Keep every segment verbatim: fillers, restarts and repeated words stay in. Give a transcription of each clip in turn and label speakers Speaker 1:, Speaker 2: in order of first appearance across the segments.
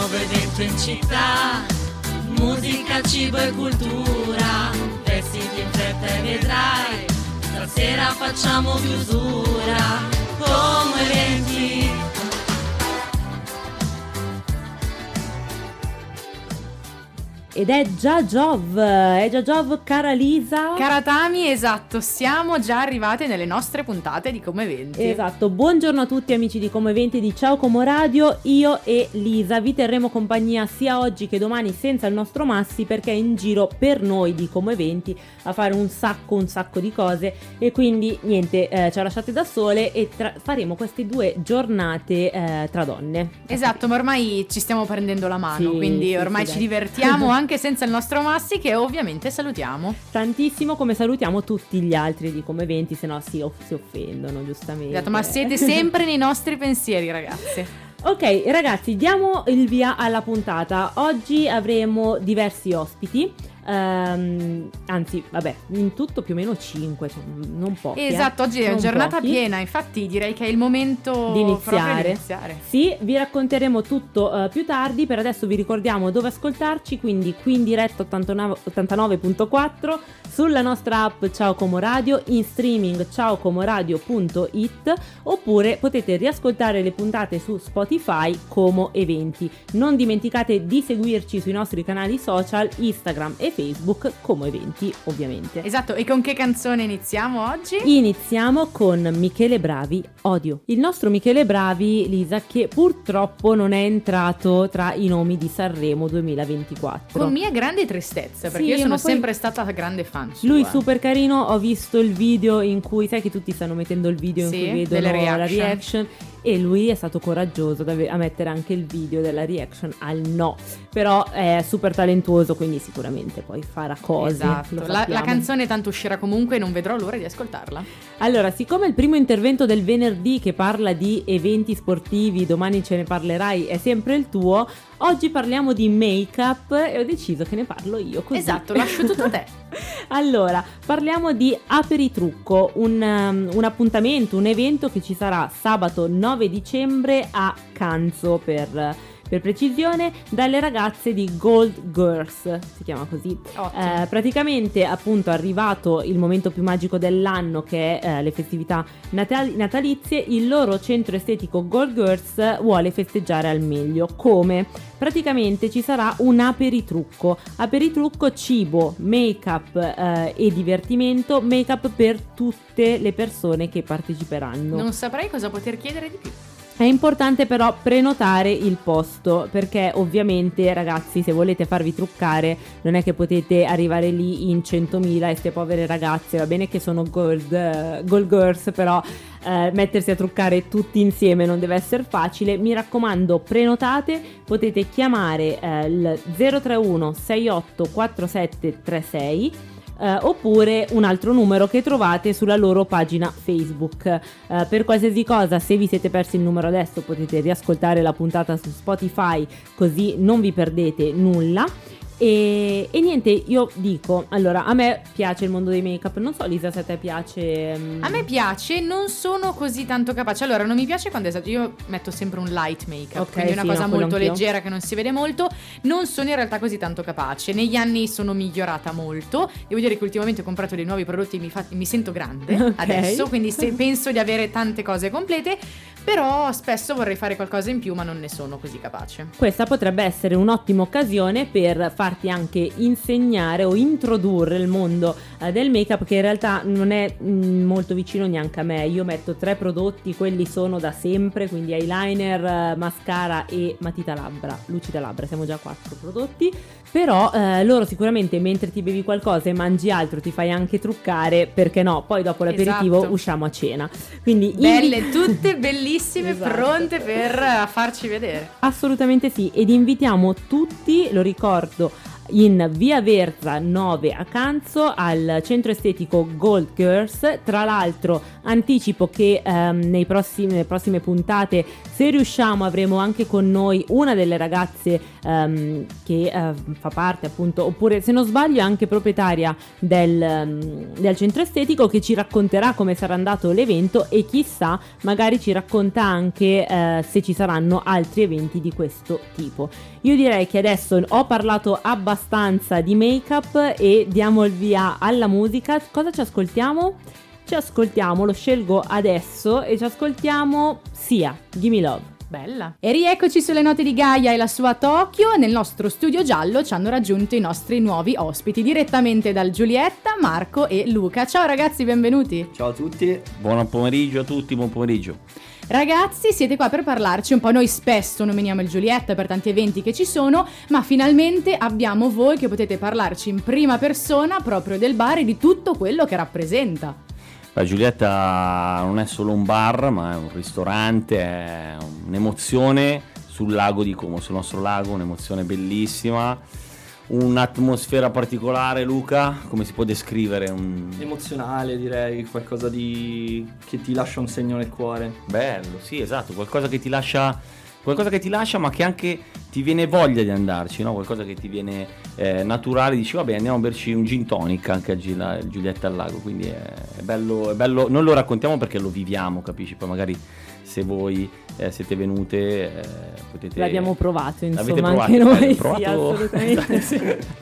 Speaker 1: nuovo evento in città, musica, cibo e cultura, vestiti in fretta e vedrai, stasera facciamo chiusura, come eventi.
Speaker 2: Ed è già Giov, è già Giov, cara Lisa.
Speaker 3: Cara Tami, esatto, siamo già arrivate nelle nostre puntate di Como Eventi.
Speaker 2: Esatto, buongiorno a tutti amici di Como Eventi di Ciao Como Radio, io e Lisa vi terremo compagnia sia oggi che domani senza il nostro Massi, perché è in giro per noi di Como Eventi a fare un sacco un sacco di cose e quindi niente, eh, ci ha lasciate da sole e tra- faremo queste due giornate eh, tra donne.
Speaker 3: Esatto, ma ormai ci stiamo prendendo la mano,
Speaker 2: Sì,
Speaker 3: quindi
Speaker 2: sì,
Speaker 3: ormai
Speaker 2: sì,
Speaker 3: ci
Speaker 2: dai.
Speaker 3: divertiamo anche senza il nostro Massi, che ovviamente salutiamo.
Speaker 2: Tantissimo, come salutiamo tutti gli altri di Come Eventi, se no si, off- si offendono giustamente.
Speaker 3: Esatto, ma siete sempre nei nostri pensieri, ragazzi.
Speaker 2: Ok ragazzi, diamo il via alla puntata. Oggi avremo diversi ospiti, ehm, anzi vabbè, in tutto più o meno cinque, cioè, non pochi.
Speaker 3: Esatto,
Speaker 2: eh,
Speaker 3: oggi è
Speaker 2: non
Speaker 3: giornata
Speaker 2: pochi.
Speaker 3: piena, infatti direi che è il momento
Speaker 2: Di
Speaker 3: proprio
Speaker 2: iniziare.
Speaker 3: di iniziare.
Speaker 2: Sì, vi racconteremo tutto uh, più tardi. Per adesso vi ricordiamo dove ascoltarci, quindi qui in diretta ottantanove punto quattro, sulla nostra app Ciao Como Radio, in streaming ciaocomoradio punto it, oppure potete riascoltare le puntate su Spotify Como Eventi. Non dimenticate di seguirci sui nostri canali social, Instagram e Facebook Como Eventi, ovviamente.
Speaker 3: Esatto, e con che canzone iniziamo oggi?
Speaker 2: Iniziamo con Michele Bravi, Odio. Il nostro Michele Bravi, Lisa, che purtroppo non è entrato tra i nomi di Sanremo duemilaventiquattro.
Speaker 3: Con mia grande tristezza, perché
Speaker 2: Sì,
Speaker 3: io sono
Speaker 2: ma poi
Speaker 3: sempre stata grande fan sua.
Speaker 2: Lui super carino, ho visto il video in cui, sai che tutti stanno mettendo il video
Speaker 3: Sì,
Speaker 2: in cui
Speaker 3: delle
Speaker 2: vedono la
Speaker 3: reaction.
Speaker 2: reaction, e lui è stato coraggioso da a mettere anche il video della reaction al no, però è super talentuoso, quindi sicuramente poi farà cose.
Speaker 3: Esatto,
Speaker 2: lo
Speaker 3: la,
Speaker 2: sappiamo.
Speaker 3: la canzone tanto uscirà comunque e non vedrò l'ora di ascoltarla.
Speaker 2: Allora, siccome il primo intervento del venerdì che parla di eventi sportivi, domani ce ne parlerai, è sempre il tuo, oggi parliamo di make-up e ho deciso che ne parlo io così.
Speaker 3: Esatto, lascio tutto a te.
Speaker 2: Allora, parliamo di Aperitrucco, un, um, un appuntamento, un evento che ci sarà sabato nove dicembre a Canzo per... per precisione, dalle ragazze di Gold Girls, si chiama così.
Speaker 3: Ottimo.
Speaker 2: Eh, praticamente appunto è arrivato il momento più magico dell'anno, che è eh, le festività natal- natalizie. Il loro centro estetico Gold Girls vuole festeggiare al meglio. Come? Praticamente ci sarà un aperitrucco, aperitrucco cibo, make-up eh, e divertimento, make-up per tutte le persone che parteciperanno.
Speaker 3: Non saprei cosa poter chiedere di più.
Speaker 2: È importante però prenotare il posto, perché ovviamente ragazzi, se volete farvi truccare non è che potete arrivare lì in centomila e ste povere ragazze, va bene che sono gold, uh, gold girls, però uh, mettersi a truccare tutti insieme non deve essere facile. Mi raccomando, prenotate, potete chiamare uh, il zero tre uno sei otto quattro sette tre sei Uh, oppure un altro numero che trovate sulla loro pagina Facebook. Uh, per qualsiasi cosa, se vi siete persi il numero adesso, potete riascoltare la puntata su Spotify, così non vi perdete nulla. E, e niente, io dico, allora, a me piace il mondo dei make-up, non so Lisa se a te piace. um...
Speaker 3: A me piace, non sono così tanto capace. Allora, non mi piace quando è stato, io metto sempre un light make-up,
Speaker 2: Ok,
Speaker 3: quindi una
Speaker 2: sì,
Speaker 3: cosa
Speaker 2: no, quello
Speaker 3: molto
Speaker 2: anch'io.
Speaker 3: leggera che non si vede molto. Non sono in realtà così tanto capace. Negli anni sono migliorata molto. Devo dire che ultimamente ho comprato dei nuovi prodotti e mi, fa- mi sento grande
Speaker 2: Ok.
Speaker 3: adesso, quindi se penso di avere tante cose complete. Però spesso vorrei fare qualcosa in più, ma non ne sono così capace.
Speaker 2: Questa potrebbe essere un'ottima occasione per farti anche insegnare o introdurre il mondo eh, del make-up, che in realtà non è mh, molto vicino neanche a me. Io metto tre prodotti, quelli sono da sempre, quindi eyeliner, eh, mascara e matita labbra, lucida labbra, siamo già a quattro prodotti. Però eh, loro sicuramente mentre ti bevi qualcosa e mangi altro ti fai anche truccare, perché no? Poi dopo l'aperitivo
Speaker 3: Esatto.
Speaker 2: usciamo a cena. Quindi
Speaker 3: Belle,
Speaker 2: invi-
Speaker 3: tutte bellissime,
Speaker 2: Esatto.
Speaker 3: pronte per eh, farci vedere.
Speaker 2: Assolutamente sì, ed invitiamo tutti, lo ricordo, in via Verza nove a Canzo al centro estetico Gold Girls. Tra l'altro anticipo che ehm, nei prossimi, nelle prossime puntate, se riusciamo, avremo anche con noi una delle ragazze ehm, che eh, fa parte appunto, oppure se non sbaglio è anche proprietaria del, um, del centro estetico, che ci racconterà come sarà andato l'evento e chissà magari ci racconta anche eh, se ci saranno altri eventi di questo tipo. Io direi che adesso ho parlato abbastanza di make-up e diamo il via alla musica. Cosa ci ascoltiamo? Ci ascoltiamo, lo scelgo adesso e ci ascoltiamo Sia, Gimme Love.
Speaker 3: Bella. E rieccoci sulle note di Gaia e la sua Tokyo. Nel nostro studio giallo ci hanno raggiunto i nostri nuovi ospiti direttamente dal Giulietta, Marco e Luca. Ciao ragazzi, benvenuti.
Speaker 4: Ciao a tutti.
Speaker 5: Buon pomeriggio a tutti, buon pomeriggio.
Speaker 3: Ragazzi, siete qua per parlarci un po'. Noi spesso nominiamo il Giulietta per tanti eventi che ci sono, ma finalmente abbiamo voi che potete parlarci in prima persona proprio del bar e di tutto quello che rappresenta.
Speaker 5: La Giulietta non è solo un bar, ma è un ristorante, è un'emozione sul lago di Como, sul nostro lago, un'emozione bellissima, un'atmosfera particolare. Luca, come si può descrivere? Un...
Speaker 4: emozionale, direi, qualcosa di che ti lascia un segno nel cuore.
Speaker 5: Bello, sì, esatto, qualcosa che ti lascia qualcosa che ti lascia ma che anche ti viene voglia di andarci, no? Qualcosa che ti viene eh, naturale, dici vabbè andiamo a berci un gin tonic anche a Gil- Giulietta al lago, quindi è, è bello, è bello, non lo raccontiamo perché lo viviamo, capisci? Poi magari se voi eh, siete venute eh, potete...
Speaker 2: L'abbiamo provato, insomma,
Speaker 5: provato,
Speaker 2: anche noi,
Speaker 5: provato...
Speaker 2: sì, assolutamente, sì.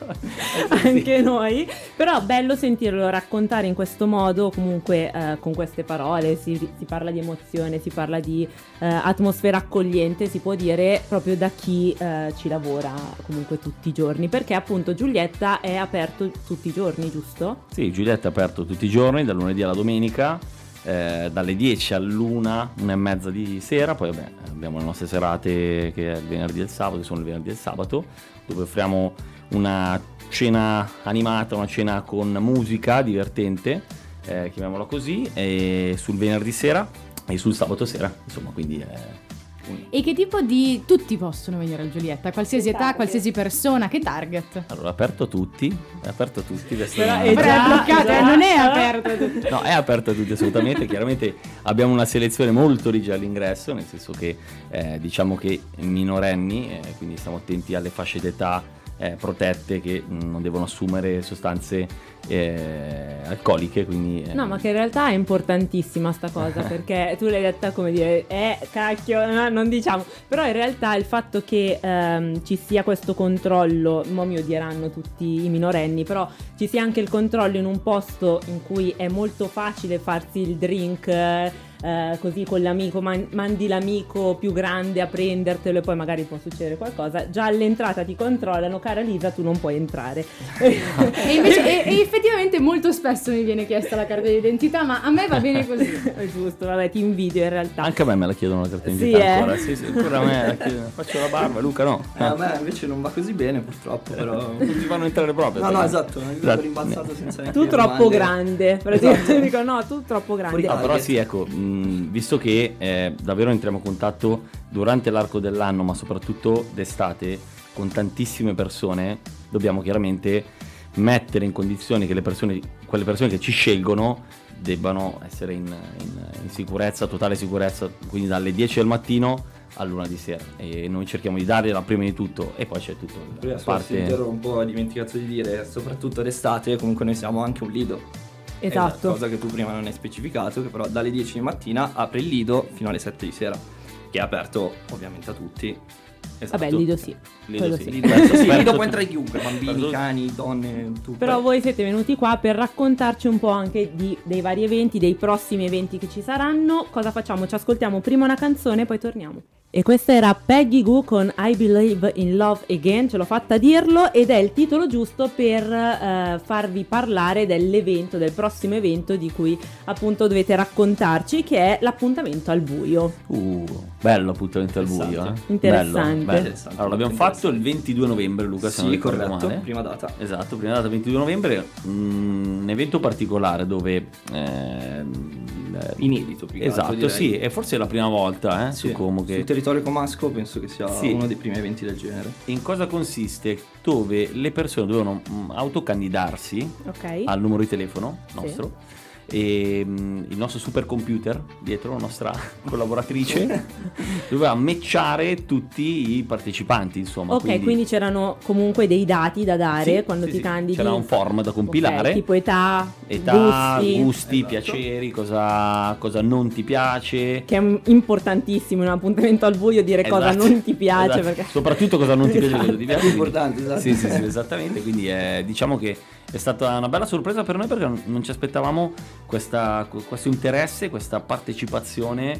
Speaker 2: Anche noi, però bello sentirlo raccontare in questo modo, comunque eh, con queste parole, si, si parla di emozione, si parla di eh, atmosfera accogliente, si può dire, proprio da chi eh, ci lavora comunque tutti i giorni, perché appunto Giulietta è aperto tutti i giorni, giusto?
Speaker 5: Sì, Giulietta è aperto tutti i giorni, dal lunedì alla domenica, Eh, dalle dieci all'una, una e mezza di sera. Poi vabbè, abbiamo le nostre serate che è il venerdì e il sabato, che sono il venerdì e il sabato, dove offriamo una cena animata, una cena con musica divertente, eh, chiamiamola così, e sul venerdì sera e sul sabato sera, insomma, quindi è...
Speaker 3: E che tipo di... tutti possono venire al Giulietta? Qualsiasi età, qualsiasi persona, che target?
Speaker 5: Allora, è aperto a tutti, è aperto a tutti.
Speaker 2: Però
Speaker 3: è già bloccato, eh, non è aperto a tutti.
Speaker 5: No, è aperto a tutti assolutamente. Chiaramente abbiamo una selezione molto rigida all'ingresso, nel senso che eh, diciamo che minorenni, eh, quindi stiamo attenti alle fasce d'età eh, protette che mh, non devono assumere sostanze eh, alcoliche, quindi eh.
Speaker 2: No, ma che in realtà è importantissima sta cosa, perché tu l'hai detta come dire eh cacchio, no, non diciamo, però in realtà il fatto che ehm, ci sia questo controllo, mo mi odieranno tutti i minorenni, però ci sia anche il controllo in un posto in cui è molto facile farsi il drink eh, eh, così con l'amico, man- mandi l'amico più grande a prendertelo e poi magari può succedere qualcosa, già all'entrata ti controllano, cara Lisa tu non puoi entrare.
Speaker 3: E invece e, e effettivamente molto spesso mi viene chiesta la carta d'identità, ma a me va bene così.
Speaker 2: È giusto, vabbè, ti invidio in realtà.
Speaker 5: Anche a me me la chiedono la carta
Speaker 2: Sì,
Speaker 5: d'identità
Speaker 2: eh.
Speaker 5: ancora, sì, sì, ancora a me la chiedono. Faccio la barba, Luca no.
Speaker 4: Eh, a me invece non va così bene, purtroppo, però...
Speaker 5: Non ti fanno entrare proprio.
Speaker 4: No, no, esatto, io
Speaker 5: Esatto.
Speaker 4: l'ho rimbalzato senza neanche
Speaker 2: Tu troppo
Speaker 4: domande.
Speaker 2: grande, praticamente dico no, tu troppo grande.
Speaker 5: No, però sì, ecco, mh, visto che eh, davvero entriamo in contatto durante l'arco dell'anno, ma soprattutto d'estate, con tantissime persone, dobbiamo chiaramente mettere in condizioni che le persone, quelle persone che ci scelgono debbano essere in, in, in sicurezza, totale sicurezza, quindi dalle dieci del mattino all'una di sera, e noi cerchiamo di dargliela prima di tutto e poi c'è tutto
Speaker 4: Prima
Speaker 5: la
Speaker 4: parte...
Speaker 5: parte...
Speaker 4: un po' dimenticato di dire, soprattutto d'estate comunque noi siamo anche un lido.
Speaker 2: Esatto.
Speaker 4: È una cosa che tu prima non hai specificato, che però dalle dieci di mattina apre il lido fino alle sette di sera, che è aperto ovviamente a tutti.
Speaker 5: Esatto.
Speaker 2: Vabbè, Lido sì.
Speaker 5: Lido
Speaker 2: quello
Speaker 5: sì.
Speaker 2: sì.
Speaker 4: Lido,
Speaker 5: Aperto-
Speaker 4: sì,
Speaker 5: aperto
Speaker 4: lido
Speaker 5: tu-
Speaker 4: può entrare chiunque, bambini,
Speaker 5: aperto-
Speaker 4: cani, donne, tutto.
Speaker 2: Però voi siete venuti qua per raccontarci un po' anche di, dei vari eventi, dei prossimi eventi che ci saranno. Cosa facciamo? Ci ascoltiamo prima una canzone e poi torniamo. E questa era Peggy Goo con I Believe in Love Again, ce l'ho fatta dirlo, ed è il titolo giusto per eh, farvi parlare dell'evento, del prossimo evento di cui appunto dovete raccontarci, che è l'appuntamento al buio.
Speaker 5: Uh, bello appuntamento al buio, eh?
Speaker 2: Interessante.
Speaker 5: Bello, bello.
Speaker 4: Interessante.
Speaker 5: Allora l'abbiamo fatto il ventidue novembre, Luca, se non
Speaker 4: Sì,
Speaker 5: ricordo
Speaker 4: corretto,
Speaker 5: male.
Speaker 4: prima data.
Speaker 5: Esatto, prima data ventidue novembre, mm, un evento particolare dove eh, il...
Speaker 4: Inedito, più che altro,
Speaker 5: Esatto,
Speaker 4: direi.
Speaker 5: sì, e forse è la prima volta eh,
Speaker 4: Sì,
Speaker 5: su Como che...
Speaker 4: sul territorio comasco penso che sia
Speaker 5: Sì.
Speaker 4: uno dei primi eventi del genere.
Speaker 5: In cosa consiste? Dove le persone dovevano mh, autocandidarsi
Speaker 2: Ok.
Speaker 5: al numero di telefono
Speaker 2: Sì.
Speaker 5: nostro e mh, il nostro supercomputer dietro, la nostra collaboratrice, doveva matchare tutti i partecipanti, insomma.
Speaker 2: Ok, quindi... c'erano comunque dei dati da dare
Speaker 5: Sì,
Speaker 2: quando
Speaker 5: sì,
Speaker 2: ti
Speaker 5: sì.
Speaker 2: candidi.
Speaker 5: C'era un form da compilare.
Speaker 2: Ok, tipo età,
Speaker 5: Età,
Speaker 2: gusti,
Speaker 5: gusti,
Speaker 4: Esatto.
Speaker 5: piaceri, cosa, cosa non ti piace.
Speaker 2: che è importantissimo in un appuntamento al buio dire cosa
Speaker 5: Esatto,
Speaker 2: non ti piace.
Speaker 5: esatto.
Speaker 2: Perché...
Speaker 5: Soprattutto cosa non ti piace, cosa ti piace.
Speaker 4: È importante, esatto.
Speaker 5: Sì, sì, sì, esattamente. Quindi eh, diciamo che è stata una bella sorpresa per noi perché non- non ci aspettavamo questa, questo interesse, questa partecipazione.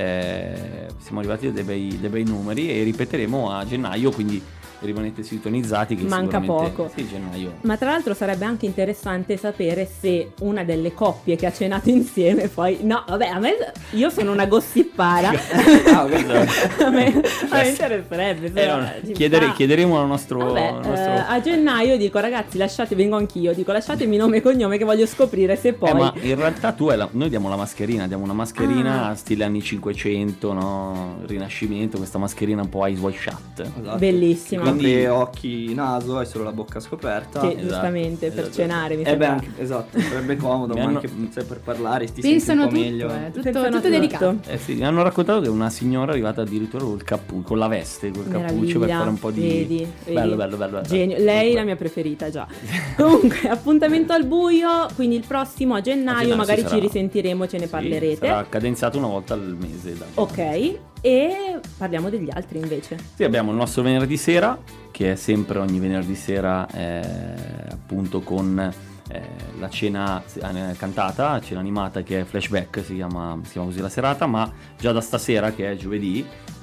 Speaker 5: Eh, siamo arrivati a dei bei, dei bei numeri e ripeteremo a gennaio, quindi rimanete sintonizzati che
Speaker 2: Manca
Speaker 5: sicuramente-
Speaker 2: poco.
Speaker 5: Sì, gennaio.
Speaker 2: Ma tra l'altro sarebbe anche interessante sapere se una delle coppie che ha cenato insieme poi... No, vabbè, a me... Io sono una gossipara.
Speaker 4: Ah, ok.
Speaker 2: a me, a me interesserebbe. se
Speaker 5: Eh,
Speaker 2: no,
Speaker 5: no,
Speaker 2: ci
Speaker 5: chiedere-
Speaker 2: sta.
Speaker 5: chiederemo al nostro,
Speaker 2: Vabbè,
Speaker 5: al nostro-
Speaker 2: eh, a gennaio dico ragazzi lasciate, vengo anch'io, dico lasciatemi nome e cognome che voglio scoprire se poi...
Speaker 5: Eh, ma in realtà tu hai la- noi diamo la mascherina, diamo una mascherina
Speaker 2: Ah.
Speaker 5: stile anni cinquecento, no? Il Rinascimento, questa mascherina un po' eyes wide shut.
Speaker 4: Esatto.
Speaker 2: Bellissima.
Speaker 4: Quindi
Speaker 5: Quindi-
Speaker 4: occhi, naso e solo la bocca scoperta.
Speaker 2: Che
Speaker 5: esatto,
Speaker 2: giustamente per
Speaker 5: esatto.
Speaker 2: cenare mi
Speaker 4: Eh beh,
Speaker 2: sembra...
Speaker 4: anche, esatto, sarebbe comodo,
Speaker 5: Mi
Speaker 4: ma
Speaker 5: hanno-
Speaker 4: anche sai, per parlare ti
Speaker 3: Pensano a
Speaker 4: senti
Speaker 3: tutto,
Speaker 4: un po' meglio.
Speaker 3: eh, tutto,
Speaker 2: Pensano a
Speaker 3: tutto
Speaker 2: tutto.
Speaker 3: delicato.
Speaker 5: Eh sì, mi hanno raccontato che una signora è arrivata addirittura col cappuccio, con la veste, col cappuccio per
Speaker 2: Meraviglia,
Speaker 5: fare un po' di...
Speaker 2: vedi,
Speaker 5: bello,
Speaker 2: vedi.
Speaker 5: bello, bello, bello.
Speaker 2: Genio. Lei è la mia preferita già. Comunque, appuntamento al buio, quindi il prossimo a gennaio,
Speaker 5: A gennaio,
Speaker 2: magari
Speaker 5: sì,
Speaker 2: ci
Speaker 5: sarà-
Speaker 2: risentiremo, ce ne
Speaker 5: Sì,
Speaker 2: parlerete.
Speaker 5: sarà cadenzato una volta al mese. dai.
Speaker 2: Ok, e parliamo degli altri invece.
Speaker 5: Sì, abbiamo il nostro venerdì sera, che è sempre ogni venerdì sera, eh, appunto con eh, la cena eh, cantata, cena animata che è Flashback, si chiama, si chiama così la serata, ma già da stasera, che è giovedì,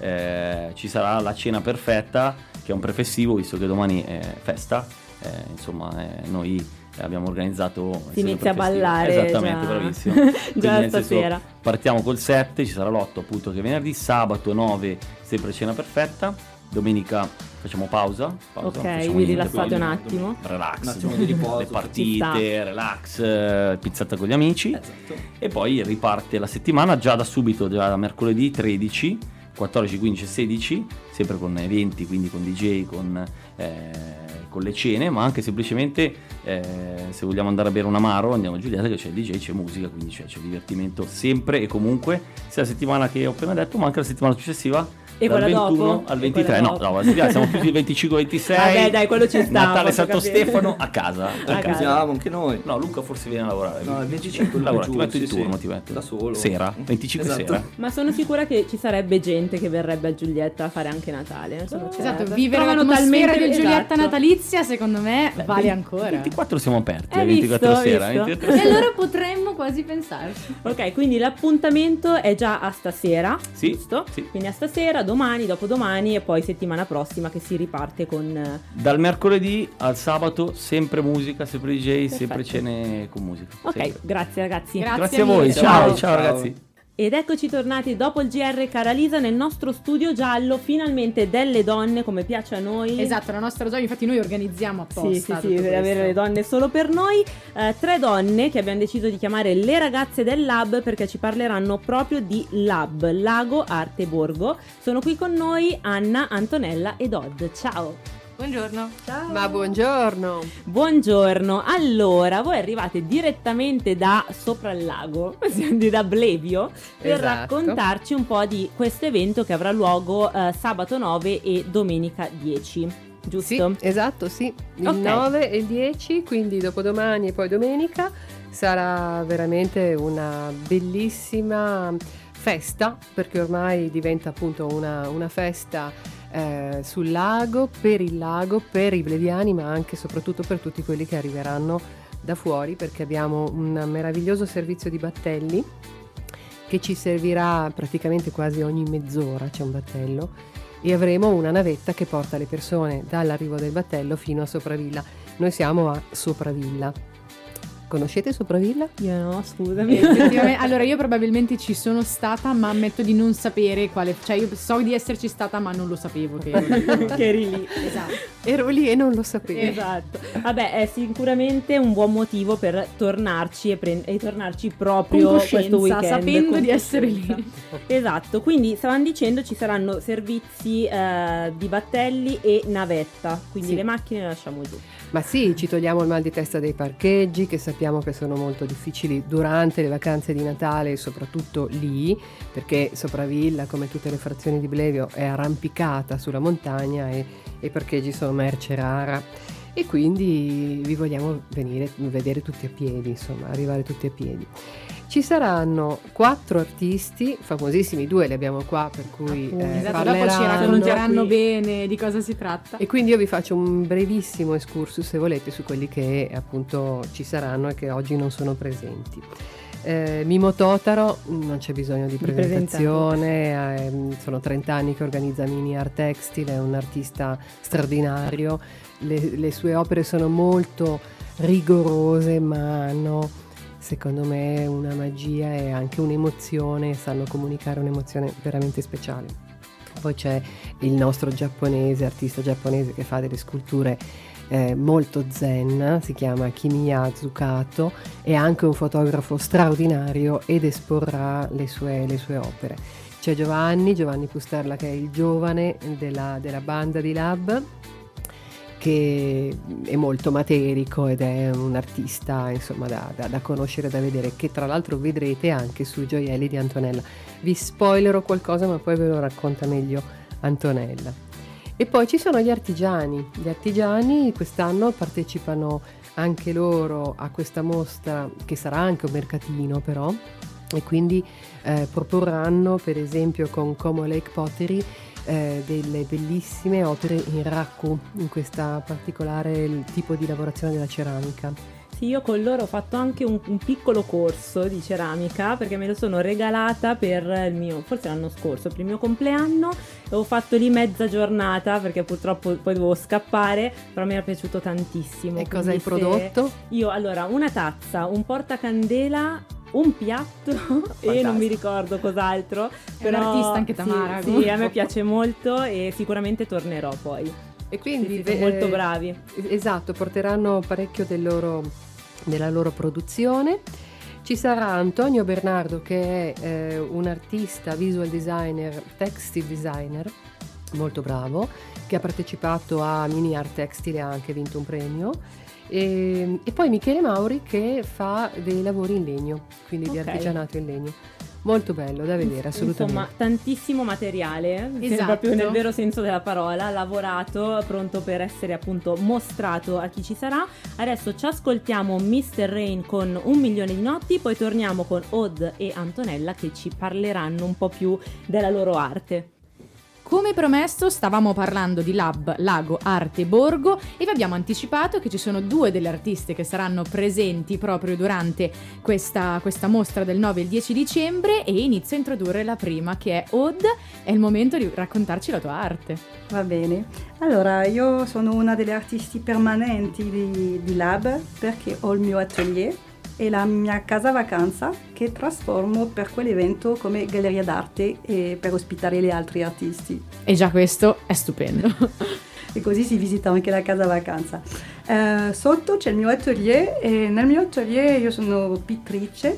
Speaker 5: eh, ci sarà la cena perfetta, che è un prefestivo, visto che domani è festa. Eh, insomma, eh, noi abbiamo organizzato...
Speaker 2: Si
Speaker 5: essendo
Speaker 2: inizia a
Speaker 5: prefestivo.
Speaker 2: ballare
Speaker 5: Esattamente,
Speaker 2: già-
Speaker 5: bravissimo.
Speaker 2: già
Speaker 5: Quindi, nel senso,
Speaker 2: stasera.
Speaker 5: partiamo col sette, ci sarà l'otto appunto che è venerdì, sabato nove sempre cena perfetta, domenica facciamo pausa, pausa
Speaker 2: Ok,
Speaker 5: non facciamo
Speaker 2: vi
Speaker 5: niente,
Speaker 2: rilassate
Speaker 5: quindi
Speaker 2: un attimo.
Speaker 5: relax,
Speaker 4: Un attimo di riposo,
Speaker 5: le
Speaker 2: ci
Speaker 5: partite, relax, eh, pizzata con gli amici
Speaker 4: Esatto.
Speaker 5: e poi riparte la settimana già da subito, già da mercoledì tredici, quattordici, quindici e sedici, sempre con eventi, quindi con D J, con, eh, con le cene, ma anche semplicemente eh, se vogliamo andare a bere un amaro andiamo a Giulietta che c'è il D J, c'è musica, quindi c'è, c'è divertimento sempre e comunque, sia la settimana che ho appena detto, ma anche la settimana successiva.
Speaker 2: E
Speaker 5: Dal
Speaker 2: quella
Speaker 5: ventuno
Speaker 2: dopo?
Speaker 5: al
Speaker 2: E
Speaker 5: ventitré,
Speaker 2: quella
Speaker 5: no,
Speaker 2: dopo?
Speaker 5: no, la settimana siamo chiusi il venticinque ventisei.
Speaker 2: Vabbè, dai, quello ci sta,
Speaker 5: Natale
Speaker 2: posso
Speaker 5: Santo
Speaker 2: capire.
Speaker 5: Stefano a casa.
Speaker 2: A
Speaker 5: a casa.
Speaker 4: Siamo anche noi.
Speaker 5: No, Luca forse viene a lavorare.
Speaker 4: No, il venticinque lui
Speaker 5: Lavora,
Speaker 4: giù,
Speaker 5: ti metto in
Speaker 4: sì,
Speaker 5: turno,
Speaker 4: sì.
Speaker 5: ti metto.
Speaker 4: Da solo.
Speaker 5: Sera, venticinque
Speaker 4: Esatto.
Speaker 5: sera.
Speaker 2: Ma sono sicura che ci sarebbe gente che verrebbe a Giulietta a fare anche Natale. Non sono certa.
Speaker 3: Esatto, vivere
Speaker 2: Trovano
Speaker 3: l'atmosfera
Speaker 2: talmente-
Speaker 3: di Giulietta
Speaker 2: esatto.
Speaker 3: natalizia secondo me
Speaker 5: Beh,
Speaker 3: vale
Speaker 5: venti-
Speaker 3: ancora.
Speaker 5: ventiquattro siamo aperti,
Speaker 2: Hai
Speaker 5: eh, ventiquattro
Speaker 2: visto,
Speaker 5: sera.
Speaker 2: visto?
Speaker 5: ventiquattro
Speaker 3: E allora potremmo quasi pensarci.
Speaker 2: Ok, quindi l'appuntamento è già a stasera,
Speaker 5: Sì,
Speaker 2: giusto?
Speaker 5: sì.
Speaker 2: Quindi a stasera, domani, dopodomani e poi settimana prossima che si riparte con... eh,
Speaker 5: Dal mercoledì al sabato sempre musica, sempre D J,
Speaker 2: Perfetto.
Speaker 5: sempre cene con musica.
Speaker 2: Ok,
Speaker 5: sempre.
Speaker 2: grazie ragazzi.
Speaker 3: Grazie.
Speaker 5: Grazie a voi,
Speaker 3: mille.
Speaker 5: ciao,
Speaker 4: Ciao.
Speaker 5: ciao,
Speaker 4: Ciao.
Speaker 5: ragazzi.
Speaker 2: Ed eccoci tornati dopo il G R Cara Lisa nel nostro studio giallo, finalmente delle donne come piace a noi.
Speaker 3: Esatto, la nostra zona, infatti noi organizziamo apposta.
Speaker 2: Sì, sì, sì,
Speaker 3: tutto
Speaker 2: per avere
Speaker 3: questo.
Speaker 2: le donne solo per noi. Eh, tre donne che abbiamo deciso di chiamare le ragazze del Lab perché ci parleranno proprio di Lab, Lago Arte Borgo. Sono qui con noi Anna, Antonella e Dodd. Ciao.
Speaker 6: Buongiorno.
Speaker 2: Ciao.
Speaker 6: Ma buongiorno.
Speaker 2: Buongiorno. Allora, voi arrivate direttamente da sopra il lago, quindi da Blevio, per
Speaker 6: Esatto.
Speaker 2: raccontarci un po' di questo evento che avrà luogo eh, sabato nove e domenica dieci. Giusto?
Speaker 6: Sì, esatto, sì. Il
Speaker 2: Ok.
Speaker 6: nove e il dieci, quindi dopodomani e poi domenica, sarà veramente una bellissima festa, perché ormai diventa appunto una, una festa eh, sul lago, per il lago, per i bleviani, ma anche e soprattutto per tutti quelli che arriveranno da fuori, perché abbiamo un meraviglioso servizio di battelli che ci servirà praticamente quasi ogni mezz'ora, c'è un battello, e avremo una navetta che porta le persone dall'arrivo del battello fino a Sopravilla. Noi siamo a Sopravilla. Conoscete Sopravilla?
Speaker 2: Io no, scusami.
Speaker 3: Effettivamente, allora io probabilmente ci sono stata, ma ammetto di non sapere quale, cioè io so di esserci stata ma non lo sapevo che ero lì.
Speaker 2: Che eri lì.
Speaker 3: Esatto.
Speaker 6: Ero lì e non lo sapevo.
Speaker 2: Esatto. Vabbè, è sicuramente un buon motivo per tornarci e, prend- e tornarci proprio
Speaker 3: Con
Speaker 2: questo
Speaker 3: coscienza,
Speaker 2: weekend.
Speaker 3: sapendo
Speaker 2: con
Speaker 3: di essere
Speaker 2: coscienza.
Speaker 3: lì.
Speaker 2: Esatto, quindi stavano dicendo ci saranno servizi eh, di battelli e navetta, quindi
Speaker 6: Sì.
Speaker 2: le macchine le lasciamo giù.
Speaker 6: Ma sì, ci togliamo il mal di testa dei parcheggi, che sappiamo che sono molto difficili durante le vacanze di Natale e soprattutto lì, perché Sopravilla, come tutte le frazioni di Blevio, è arrampicata sulla montagna e i parcheggi sono merce rara. E quindi vi vogliamo venire vedere tutti a piedi, insomma, arrivare tutti a piedi. Ci saranno quattro artisti famosissimi, due li abbiamo qua, per cui
Speaker 2: Appunto.
Speaker 6: eh,
Speaker 3: Esatto, dopo ci
Speaker 6: parleranno.
Speaker 3: racconteranno
Speaker 2: qui.
Speaker 3: bene di cosa si tratta.
Speaker 6: E quindi io vi faccio un brevissimo excursus, se volete, su quelli che appunto ci saranno e che oggi non sono presenti. Eh, Mimo Totaro, non c'è bisogno di
Speaker 2: Di
Speaker 6: presentazione, eh, sono trenta anni che organizza Mini Art Textile, è un artista straordinario, le, le sue opere sono molto rigorose ma hanno secondo me una magia e anche un'emozione, sanno comunicare un'emozione veramente speciale. Poi c'è il nostro giapponese, artista giapponese che fa delle sculture eh, molto zen, si chiama Kimiya Zukato, è anche un fotografo straordinario ed esporrà le sue, le sue opere. C'è Giovanni, Giovanni Pusterla, che è il giovane della, della banda di Lab, che è molto materico ed è un artista insomma da, da, da conoscere, da vedere, che tra l'altro vedrete anche sui gioielli di Antonella. Vi spoilerò qualcosa ma poi ve lo racconta meglio Antonella. E poi ci sono gli artigiani, gli artigiani quest'anno partecipano anche loro a questa mostra, che sarà anche un mercatino però, e quindi eh, proporranno per esempio con Como Lake Pottery Eh, delle bellissime opere in raku, in questa particolare il tipo di lavorazione della ceramica.
Speaker 2: Sì, io con loro ho fatto anche un, un piccolo corso di ceramica perché me lo sono regalata per il mio, forse l'anno scorso, per il mio compleanno, e ho fatto lì mezza giornata perché purtroppo poi dovevo scappare, però mi era piaciuto tantissimo.
Speaker 6: E cosa hai
Speaker 2: Quindi se-
Speaker 6: prodotto?
Speaker 2: Io allora una tazza, un portacandela, un piatto e non mi ricordo cos'altro.
Speaker 3: È un'artista anche Tamara,
Speaker 2: Sì,
Speaker 3: comunque.
Speaker 2: sì, a me piace molto e sicuramente tornerò poi.
Speaker 6: E quindi
Speaker 2: Sì, sì, sono
Speaker 6: eh,
Speaker 2: molto bravi.
Speaker 6: Esatto, porteranno parecchio del loro, della loro produzione. Ci sarà Antonio Bernardo, che è eh, un artista, visual designer, textile designer molto bravo, che ha partecipato a Mini Art Textile e ha anche vinto un premio. E, e poi Michele Mauri, che fa dei lavori in legno, quindi di
Speaker 2: Ok.
Speaker 6: artigianato in legno. Molto bello da vedere, assolutamente.
Speaker 2: Insomma, tantissimo materiale,
Speaker 3: Esatto.
Speaker 2: proprio nel vero senso della parola, lavorato, pronto per essere appunto mostrato a chi ci sarà. Adesso ci ascoltiamo mister Rain con Un milione di notti, poi torniamo con Aude e Antonella che ci parleranno un po' più della loro arte.
Speaker 3: Come promesso stavamo parlando di Lab, Lago, Arte, Borgo e vi abbiamo anticipato che ci sono due delle artiste che saranno presenti proprio durante questa, questa mostra del nove e il dieci dicembre, e inizio a introdurre la prima, che è Aude. È il momento di raccontarci la tua arte.
Speaker 7: Va bene, allora io sono una delle artisti permanenti di, di Lab perché ho il mio atelier e la mia casa vacanza che trasformo per quell'evento come galleria d'arte e per ospitare gli altri artisti.
Speaker 3: E già questo è stupendo.
Speaker 7: E così si visita anche la casa vacanza. Eh, sotto c'è il mio atelier e nel mio atelier io sono pittrice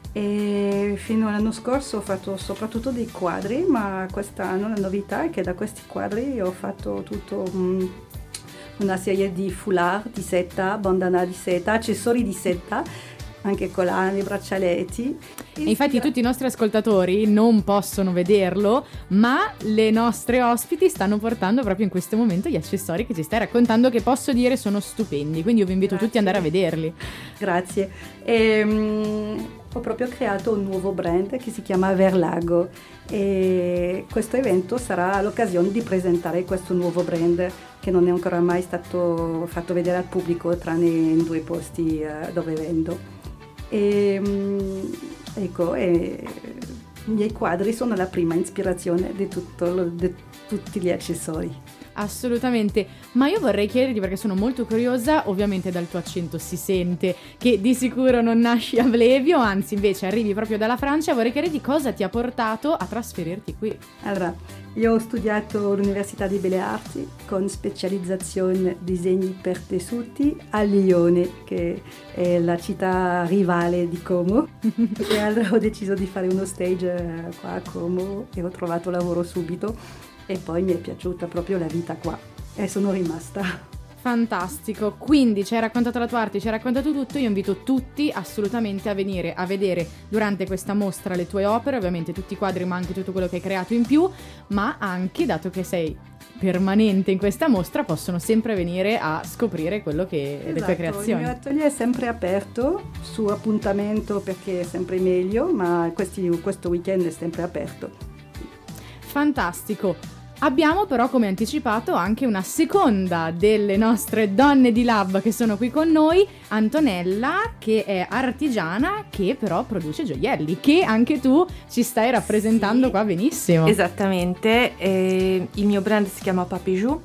Speaker 7: e fino all'anno scorso ho fatto soprattutto dei quadri, ma quest'anno la novità è che da questi quadri ho fatto tutto um, una serie di foulard di seta, bandana di seta, accessori di seta, anche collane, braccialetti.
Speaker 3: E infatti tutti i nostri ascoltatori non possono vederlo, ma le nostre ospiti stanno portando proprio in questo momento gli accessori che ci stai raccontando, che posso dire sono stupendi, quindi io vi invito
Speaker 7: Grazie.
Speaker 3: tutti ad andare a vederli.
Speaker 7: Grazie. E, um, ho proprio creato un nuovo brand che si chiama Verlago e questo evento sarà l'occasione di presentare questo nuovo brand che non è ancora mai stato fatto vedere al pubblico tranne in due posti uh, dove vendo. E, um, ecco, e, i miei quadri sono la prima ispirazione di, tutto lo, di tutti gli accessori.
Speaker 3: Assolutamente, ma io vorrei chiederti, perché sono molto curiosa, ovviamente dal tuo accento si sente che di sicuro non nasci a Blevio, anzi invece arrivi proprio dalla Francia, vorrei chiederti cosa ti ha portato a trasferirti qui.
Speaker 7: Allora, io ho studiato all'Università di Belle Arti con specializzazione disegni per tessuti a Lione, che è la città rivale di Como, e allora ho deciso di fare uno stage qua a Como e ho trovato lavoro subito. E poi mi è piaciuta proprio la vita qua e sono rimasta.
Speaker 3: Fantastico, quindi ci hai raccontato la tua arte, ci hai raccontato tutto, io invito tutti assolutamente a venire a vedere durante questa mostra le tue opere, ovviamente tutti i quadri ma anche tutto quello che hai creato in più, ma anche, dato che sei permanente in questa mostra, possono sempre venire a scoprire quello che
Speaker 7: esatto,
Speaker 3: le tue creazioni.
Speaker 7: Il mio atelier è sempre aperto, su appuntamento perché è sempre meglio, ma questi, questo weekend è sempre aperto.
Speaker 3: Fantastico. Abbiamo però, come anticipato, anche una seconda delle nostre donne di Lab che sono qui con noi, Antonella, che è artigiana, che però produce gioielli, che anche tu ci stai rappresentando
Speaker 8: sì,
Speaker 3: qua benissimo.
Speaker 8: Esattamente, eh, il mio brand si chiama Papijou,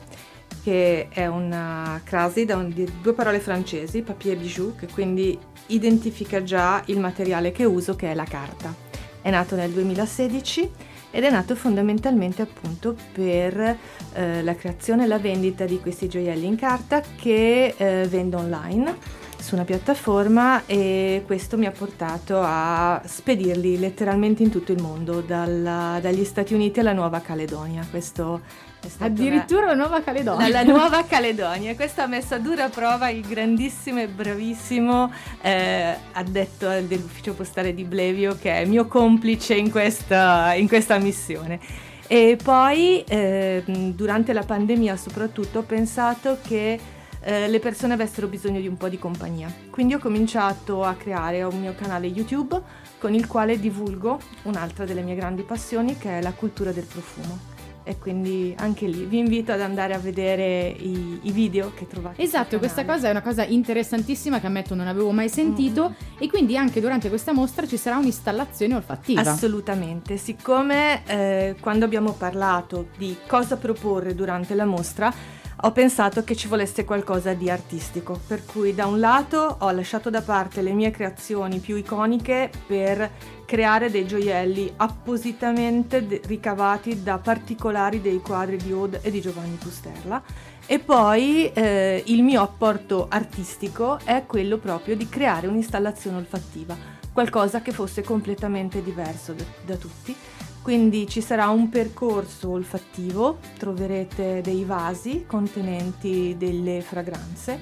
Speaker 8: che è una crasi da un, di due parole francesi, papier bijou, che quindi identifica già il materiale che uso, che è la carta. È nato nel duemilasedici ed è nato fondamentalmente appunto per eh, la creazione e la vendita di questi gioielli in carta che eh, vendo online su una piattaforma, e questo mi ha portato a spedirli letteralmente in tutto il mondo, dalla, dagli Stati Uniti alla Nuova Caledonia. Questo è stato
Speaker 3: addirittura
Speaker 8: una...
Speaker 3: la Nuova Caledonia.
Speaker 8: La Nuova Caledonia. Questo ha messo a dura prova il grandissimo e bravissimo eh, addetto dell'ufficio postale di Blevio, che è mio complice in questa, in questa missione. E poi eh, durante la pandemia soprattutto ho pensato che eh, le persone avessero bisogno di un po' di compagnia, quindi ho cominciato a creare un mio canale YouTube con il quale divulgo un'altra delle mie grandi passioni, che è la cultura del profumo. E quindi anche lì vi invito ad andare a vedere i, i video che trovate.
Speaker 3: Esatto, questa cosa è una cosa interessantissima che ammetto non avevo mai sentito, mm. e quindi anche durante questa mostra ci sarà un'installazione olfattiva.
Speaker 8: Assolutamente, siccome eh, quando abbiamo parlato di cosa proporre durante la mostra ho pensato che ci volesse qualcosa di artistico, per cui da un lato ho lasciato da parte le mie creazioni più iconiche per creare dei gioielli appositamente de- ricavati da particolari dei quadri di Aude e di Giovanni Pusterla, e poi eh, il mio apporto artistico è quello proprio di creare un'installazione olfattiva, qualcosa che fosse completamente diverso da, da tutti. Quindi ci sarà un percorso olfattivo, troverete dei vasi contenenti delle fragranze,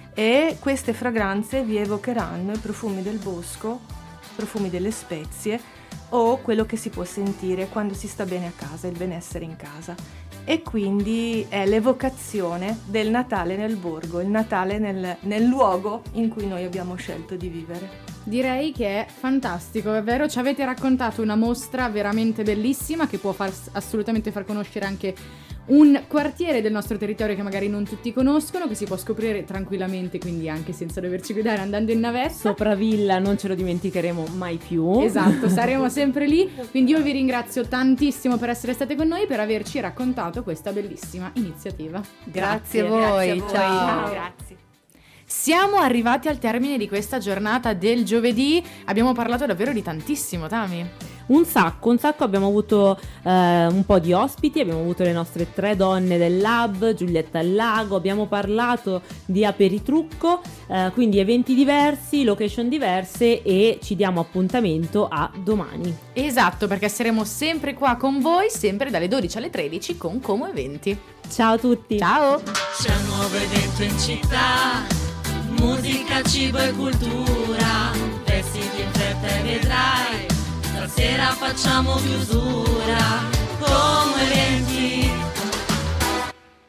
Speaker 8: e queste fragranze vi evocheranno i profumi del bosco, profumi delle spezie o quello che si può sentire quando si sta bene a casa, il benessere in casa. E quindi è l'evocazione del Natale nel borgo, il Natale nel, nel luogo in cui noi abbiamo scelto di vivere.
Speaker 3: Direi che è fantastico, è vero? Ci avete raccontato una mostra veramente bellissima che può far, assolutamente far conoscere anche un quartiere del nostro territorio che magari non tutti conoscono, che si può scoprire tranquillamente, quindi anche senza doverci guidare, andando in navetta.
Speaker 2: Sopravilla, non ce lo dimenticheremo mai più.
Speaker 3: Esatto, saremo sempre lì. Quindi io vi ringrazio tantissimo per essere state con noi, per averci raccontato questa bellissima iniziativa.
Speaker 8: Grazie,
Speaker 3: Grazie
Speaker 8: a voi,
Speaker 3: grazie a voi.
Speaker 8: ciao.
Speaker 3: Ciao.
Speaker 8: Grazie.
Speaker 3: Siamo arrivati al termine di questa giornata del giovedì. Abbiamo parlato davvero di tantissimo, Tami.
Speaker 2: Un sacco, un sacco, abbiamo avuto eh, un po' di ospiti, abbiamo avuto le nostre tre donne del Lab, Giulietta al Lago, abbiamo parlato di Aperitrucco, eh, quindi eventi diversi, location diverse, e ci diamo appuntamento a domani.
Speaker 3: Esatto, perché saremo sempre qua con voi, sempre dalle dodici alle tredici con Como Eventi.
Speaker 2: Ciao a tutti!
Speaker 3: Ciao!
Speaker 1: C'è un nuovo evento in città, musica, cibo e cultura, vestiti in fretta e vedrai, stasera facciamo chiusura, Como Eventi.